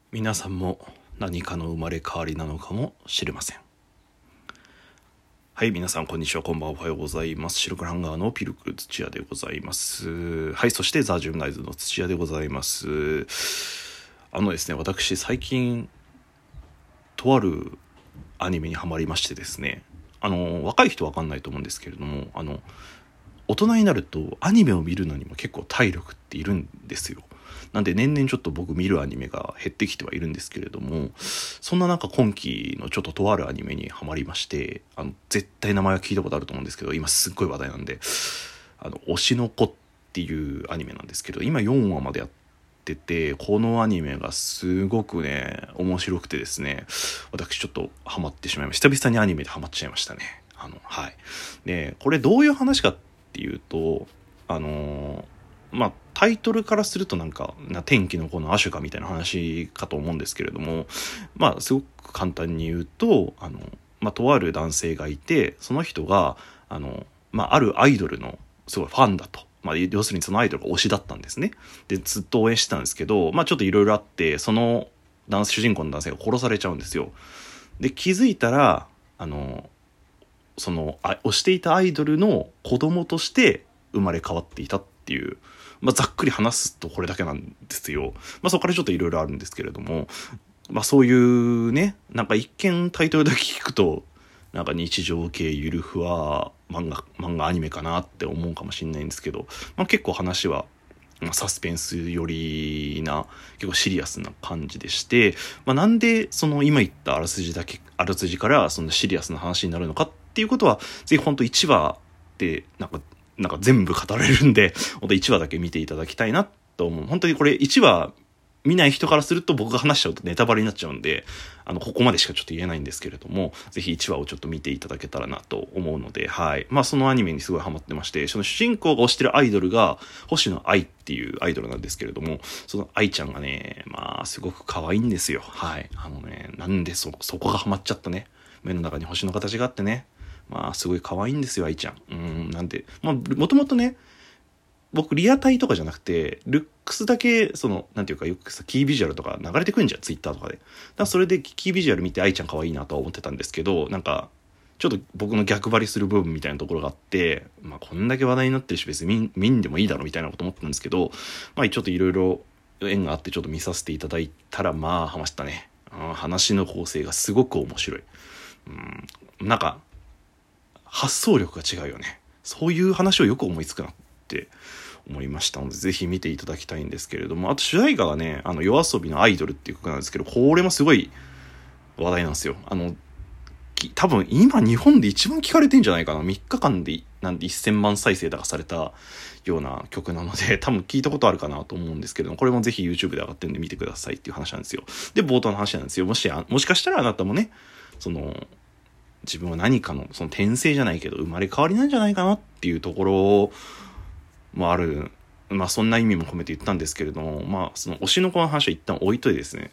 皆さんも何かの生まれ変わりなのかもしれません。はい、皆さんこんにちは、こんばんは、おはようございます。シルクハンガーのピルクル土屋でございます。はい、そしてザ・ジュンナイズの土屋でございます。ですね、私最近とあるアニメにハマりましてですね、若い人は分かんないと思うんですけれども、大人になるとアニメを見るのにも結構体力っているんですよ。なんで年々ちょっと僕見るアニメが減ってきてはいるんですけれども、そんな中今期のちょっととあるアニメにハマりまして、絶対名前は聞いたことあると思うんですけど、今すっごい話題なんで、推しの子っていうアニメなんですけど、今4話までやってて、このアニメがすごくね面白くてですね、私ちょっとハマってしまいました。久々にアニメでハマっちゃいましたね。はい。でこれどういう話かっていうと、タイトルからするとなんか天気の子のアシュカみたいな話かと思うんですけれども、すごく簡単に言うと、とある男性がいて、その人があるアイドルのすごいファンだと、要するにそのアイドルが推しだったんですね。でずっと応援してたんですけど、ちょっといろいろあって、その主人公の男性が殺されちゃうんですよ。で気づいたらその推していたアイドルの子供として生まれ変わっていたっていう、ざっくり話すとこれだけなんですよ。そこからちょっといろいろあるんですけれども、そういうね、なんか一見タイトルだけ聞くとなんか日常系ゆるふわ漫画アニメかなって思うかもしれないんですけど、結構話はサスペンス寄りな結構シリアスな感じでして、なんでその今言ったあらすじからそのシリアスな話になるのかっていうことは、ぜひ本当1話でなんか全部語れるんで、本当1話だけ見ていただきたいなと思う。本当にこれ1話見ない人からすると僕が話しちゃうとネタバレになっちゃうんで、ここまでしかちょっと言えないんですけれども、ぜひ1話をちょっと見ていただけたらなと思うので、はい。そのアニメにすごいハマってまして、その主人公が推してるアイドルが星野愛っていうアイドルなんですけれども、その愛ちゃんがね、すごく可愛いんですよ。はい。なんでそこがハマっちゃったね。目の中に星の形があってね、すごい可愛いんですよ、愛ちゃん。なんで、もともとね、僕リアタイとかじゃなくてルックスだけなんていうか、よくさキービジュアルとか流れてくんじゃん、ツイッターとかで。それでキービジュアル見て愛ちゃん可愛いなとは思ってたんですけど、なんかちょっと僕の逆張りする部分みたいなところがあって、こんだけ話題になってるし別に見んでもいいだろみたいなこと思ってたんですけど、ちょっといろいろ縁があってちょっと見させていただいたらハマったね。話の構成がすごく面白い。なんか発想力が違うよね。そういう話をよく思いつくなって思いましたので、ぜひ見ていただきたいんですけれども、あと主題歌がね、夜遊びのアイドルっていう曲なんですけど、これもすごい話題なんですよ。多分今日本で一番聴かれてんじゃないかな。3日間でなんで1000万再生だかされたような曲なので、多分聞いたことあるかなと思うんですけれども、これもぜひ YouTube で上がってるんで見てくださいっていう話なんですよ。で冒頭の話なんですよ。もしかしたらあなたもね、自分は何かの転生じゃないけど生まれ変わりなんじゃないかなっていうところもある。そんな意味も込めて言ったんですけれども、その推しの子の話は一旦置いといてですね、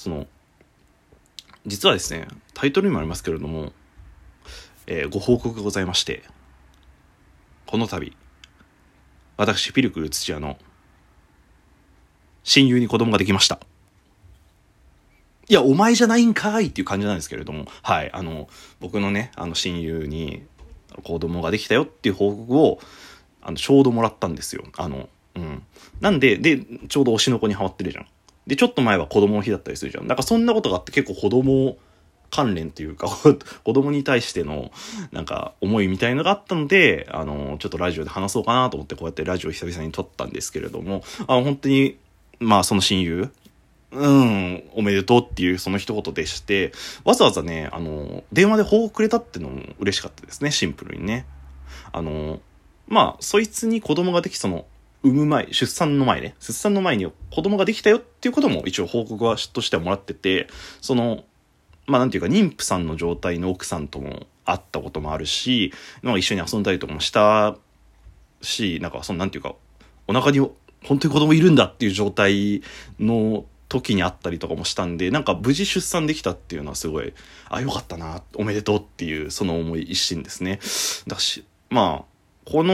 実はですね、タイトルにもありますけれども、ご報告がございまして、この度私ピルクル土屋の親友に子供ができました。いやお前じゃないんかいっていう感じなんですけれども、はい、僕のね親友に子供ができたよっていう報告をちょうどもらったんですよ。なんでちょうど推しの子にハマってるじゃん。でちょっと前は子供の日だったりするじゃん。だからそんなことがあって、結構子供関連というか子供に対してのなんか思いみたいのがあったので、ちょっとラジオで話そうかなと思ってこうやってラジオ久々に撮ったんですけれども、本当にその親友おめでとうっていうその一言でして、わざわざね電話で報告くれたっていうのも嬉しかったですね。シンプルにね、そいつに子供ができ、産む前、出産の前に子供ができたよっていうことも一応報告はとしてはもらってて、なんていうか妊婦さんの状態の奥さんとも会ったこともあるし、一緒に遊んだりとかもしたし、なんていうかお腹に本当に子供いるんだっていう状態の時に会ったりとかもしたんで、無事出産できたっていうのはすごいよかったな、おめでとうっていうその思い一心ですね。だしこの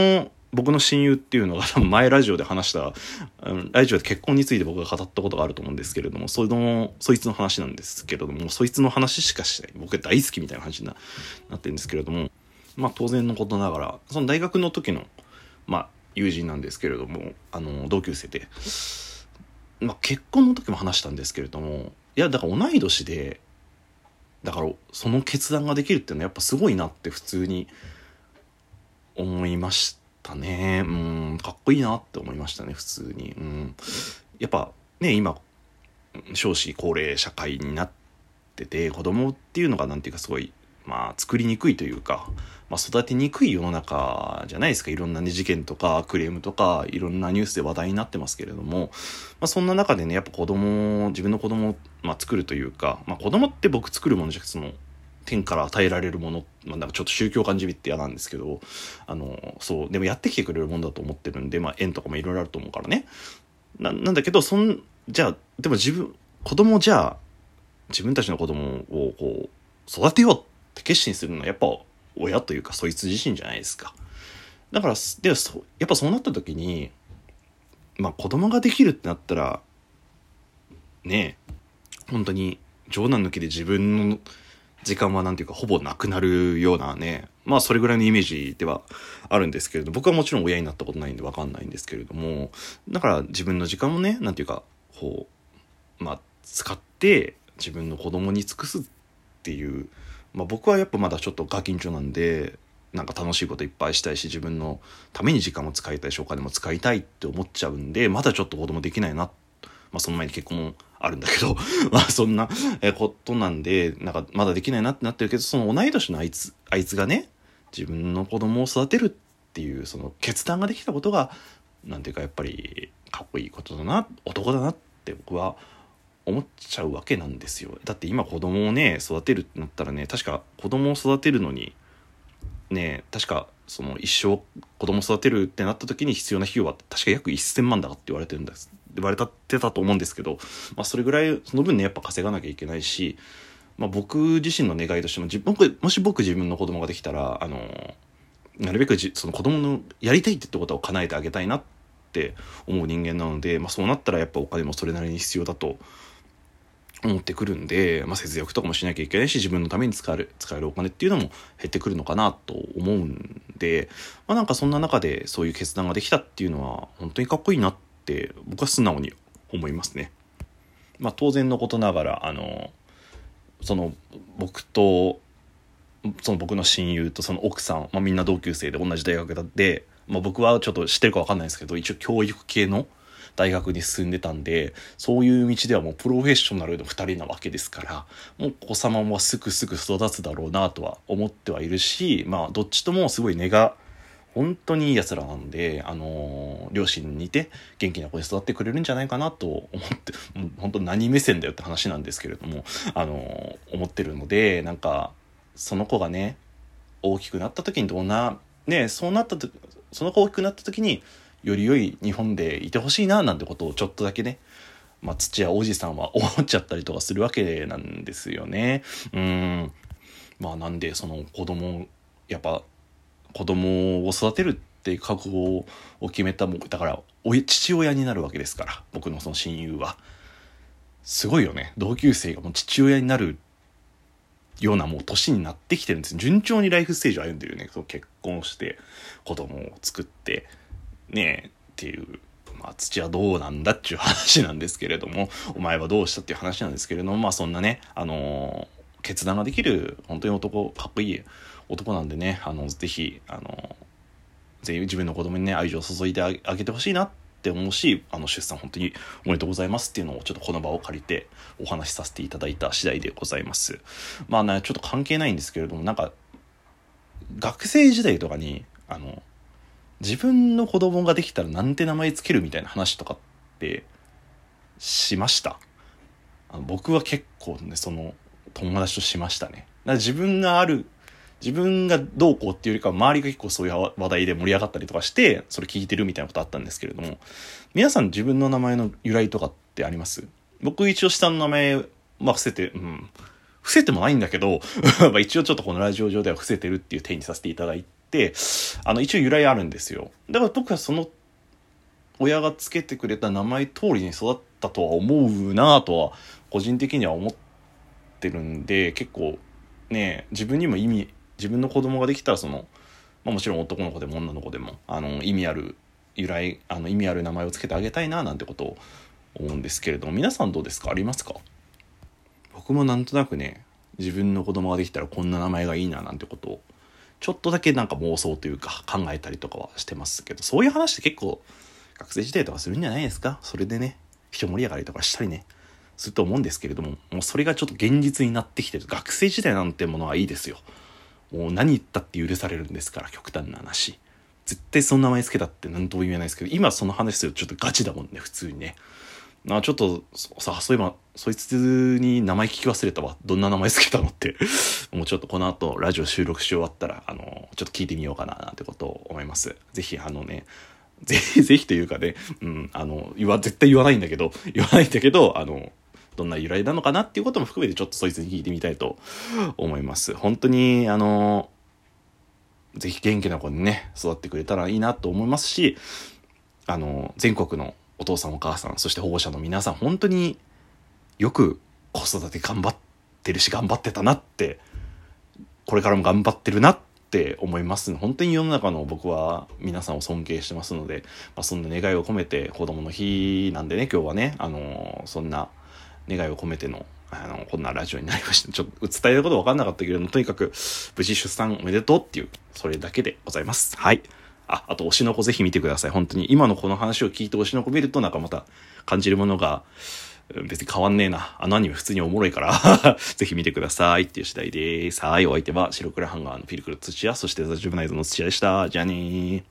僕の親友っていうのが多分前ラジオで話したラジオで結婚について僕が語ったことがあると思うんですけれども、そいつの話なんですけれども、そいつの話しかしない僕が大好きみたいな話になってるんですけれども、当然のことながらその大学の時の友人なんですけれども、同級生で、結婚の時も話したんですけれども、いやだから同い年でだからその決断ができるっていうのはやっぱすごいなって普通に思いましたね。かっこいいなって思いましたね普通に。やっぱね今少子高齢社会になってて、子供っていうのがなんていうかすごい作りにくいというか、育てにくい世の中じゃないですか。いろんな、事件とかクレームとかいろんなニュースで話題になってますけれども、そんな中でねやっぱ自分の子供を、作るというか、子供って僕作るものじゃなくてその天から与えられるもの、なんかちょっと宗教感じびって嫌なんですけど、そうでもやってきてくれるもんだと思ってるんで、縁とかもいろいろあると思うからね。なんだけどじゃあでも子供じゃあ自分たちの子供をこう育てようって決心するのはやっぱ親というかそいつ自身じゃないですか。だからやっぱそうなった時に子供ができるってなったらね本当に冗談抜きで自分の時間はなんていうかほぼなくなるようなね、それぐらいのイメージではあるんですけれど、僕はもちろん親になったことないんで分かんないんですけれども、だから自分の時間をねなんていうかこう使って自分の子供に尽くすっていう、僕はやっぱまだちょっとガキンチョなんでなんか楽しいこといっぱいしたいし、自分のために時間も使いたいしお金も使いたいって思っちゃうんで、まだちょっと子供できないな、その前に結婚もあるんだけどそんなことなんでなんかまだできないなってなってるけど、その同い年のあいつがね自分の子供を育てるっていうその決断ができたことがなんていうかやっぱりかっこいいことだな、男だなって僕は思っちゃうわけなんですよ。だって今子供をね育てるってなったらね、確か子供を育てるのにね、確かその一生子供育てるってなった時に必要な費用は確か約1000万だって言われてたと思うんですけど、それぐらいその分ねやっぱ稼がなきゃいけないし、僕自身の願いとしてももし僕自分の子供ができたらなるべくその子供のやりたいってことを叶えてあげたいなって思う人間なので、そうなったらやっぱお金もそれなりに必要だと思ってくるんで、節約とかもしなきゃいけないし、自分のために使えるお金っていうのも減ってくるのかなと思うんで、なんかそんな中でそういう決断ができたっていうのは本当にかっこいいなって僕は素直に思いますね。当然のことながらその僕とその僕の親友とその奥さん、みんな同級生で同じ大学で、僕はちょっと知ってるか分かんないですけど一応教育系の大学に進んでたんで、そういう道ではもうプロフェッショナルの2人なわけですから、もう子様もすぐ育つだろうなとは思ってはいるし、どっちともすごい根が本当にいいやつらなんで、両親に似て元気な子に育ってくれるんじゃないかなと思って、本当何目線だよって話なんですけれども、思ってるので、なんかその子がね大きくなった時にその子大きくなった時により良い日本でいてほしいななんてことをちょっとだけね、土屋おじさんは思っちゃったりとかするわけなんですよね。なんでそのやっぱ子供を育てるっていう覚悟を決めただから父親になるわけですから、僕のその親友はすごいよね。同級生がもう父親になるようなもう年になってきてるんです。順調にライフステージを歩んでるよね。結婚して子供を作ってねっていう、土はどうなんだっていう話なんですけれども、お前はどうしたっていう話なんですけれども、そんなね決断ができる本当にかっこいい男なんでね、ぜひ自分の子供にね愛情を注いであげてほしいなって思うし、出産本当におめでとうございますっていうのをちょっとこの場を借りてお話しさせていただいた次第でございます。ちょっと関係ないんですけれども、なんか学生時代とかに自分の子供ができたらなんて名前つけるみたいな話とかってしました？僕は結構ねその友達としましたね。だから自分がどうこうっていうよりかは周りが結構そういう話題で盛り上がったりとかしてそれ聞いてるみたいなことあったんですけれども、皆さん自分の名前の由来とかってあります？僕一応下の名前伏せてもないんだけど一応ちょっとこのラジオ上では伏せてるっていう体にさせていただい 、一応由来あるんですよ。だから僕はその親がつけてくれた名前通りに育ったとは思うなとは個人的には思ってるんで、結構ね、自分にも自分の子供ができたらもちろん男の子でも女の子でも意味ある名前をつけてあげたいななんてことを思うんですけれども、皆さんどうですか？ありますか？僕もなんとなくね、自分の子供ができたらこんな名前がいいななんてことをちょっとだけなんか妄想というか考えたりとかはしてますけど、そういう話って結構学生時代とかするんじゃないですか？それでね、一盛り上がりとかしたりねすると思うんですけれども、もうそれがちょっと現実になってきてる。学生時代なんてものはいいですよ。もう何言ったって許されるんですから、極端な話。絶対その名前つけたって何とも言えないですけど、今その話するとちょっとガチだもんね、普通にね。ちょっとそういえばそいつに名前聞き忘れたわ、どんな名前つけたのってもうちょっとこの後ラジオ収録し終わったらちょっと聞いてみようかななんてことを思います。ぜひぜひというかね、絶対言わないんだけどどんな由来なのかなっていうことも含めてちょっとそいつに聞いてみたいと思います。本当にぜひ元気な子にね育ってくれたらいいなと思いますし、全国のお父さんお母さん、そして保護者の皆さん、本当によく子育て頑張ってるし頑張ってたなって、これからも頑張ってるなって思います。本当に世の中の僕は皆さんを尊敬してますので、そんな願いを込めて、子供の日なんでね、今日はねそんな願いを込めてのこんなラジオになりました。ちょっと伝えること分かんなかったけれども、とにかく無事出産おめでとうっていう、それだけでございます。はい。あと推しの子ぜひ見てください。本当に今のこの話を聞いて推しの子見るとなんかまた感じるものが別に変わんねえな。アニメ普通におもろいからぜひ見てくださいっていう次第です。はい。お相手は白黒ハンガーのピルクル土屋、そしてザ・ジュブナイズの土屋でした。じゃあねー。